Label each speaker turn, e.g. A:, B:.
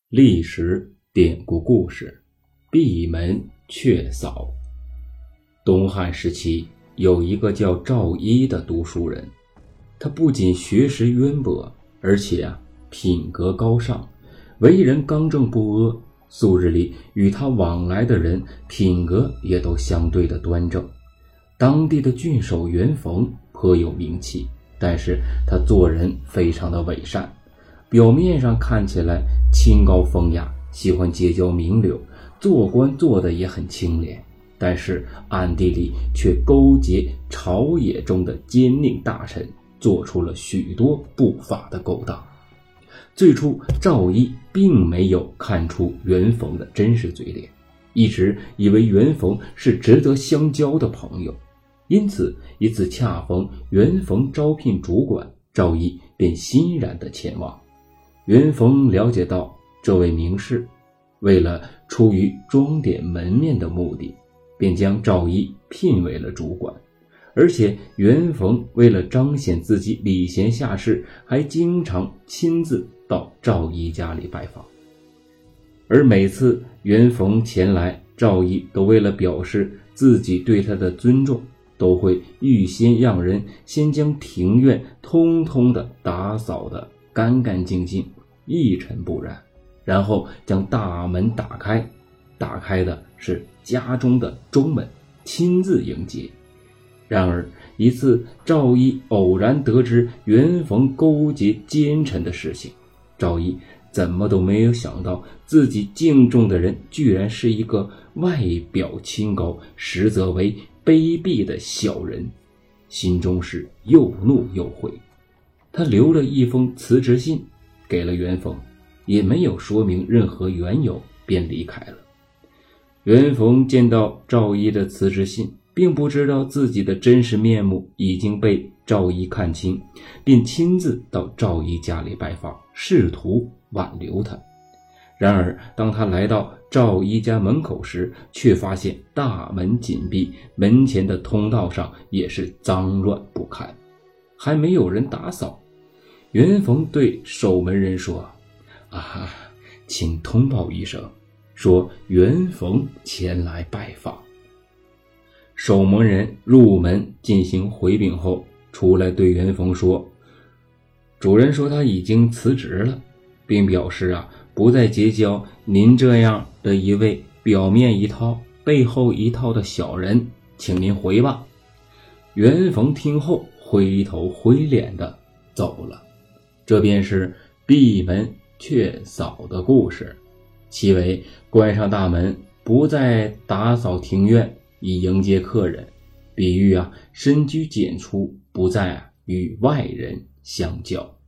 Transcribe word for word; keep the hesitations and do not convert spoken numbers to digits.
A: 历史典故故事，闭门雀扫。东汉时期，有一个叫赵一的读书人，他不仅学识渊博，而且啊品格高尚，为人刚正不阿，素日里与他往来的人品格也都相对的端正。当地的郡守袁逢颇有名气，但是他做人非常的伪善，表面上看起来清高风雅，喜欢结交名流，做官做得也很清廉，但是暗地里却勾结朝野中的奸佞大臣，做出了许多不法的勾当。最初赵一并没有看出袁逢的真实嘴脸，一直以为袁逢是值得相交的朋友，因此一次恰逢袁逢招聘主管，赵一便欣然地前往。袁逢了解到这位名士为了出于装点门面的目的，便将赵一聘为了主管，而且袁逢为了彰显自己礼贤下士，还经常亲自到赵一家里拜访。而每次袁逢前来，赵一都为了表示自己对他的尊重，都会预先让人先将庭院通通的打扫得干干净净，一尘不染，然后将大门打开，打开的是家中的中门，亲自迎接。然而一次赵一偶然得知袁逢勾结奸臣的事情，赵一怎么都没有想到自己敬重的人居然是一个外表清高，实则为卑鄙的小人，心中是又怒又悔。他留了一封辞职信给了袁逢，也没有说明任何缘由，便离开了。袁逢见到赵一的辞职信，并不知道自己的真实面目已经被赵一看清，便亲自到赵一家里拜访，试图挽留他。然而当他来到赵一家门口时，却发现大门紧闭，门前的通道上也是脏乱不堪，还没有人打扫。袁逢对守门人说：啊，请通报一声，说袁逢前来拜访。守门人入门进行回禀后，出来对袁逢说：主人说他已经辞职了，并表示啊不再结交您这样的一位表面一套背后一套的小人，请您回吧。袁逢听后灰头灰脸的走了。这便是闭门雀扫的故事，其为关上大门，不再打扫庭院以迎接客人，比喻啊深居简出，不再、啊、与外人相交。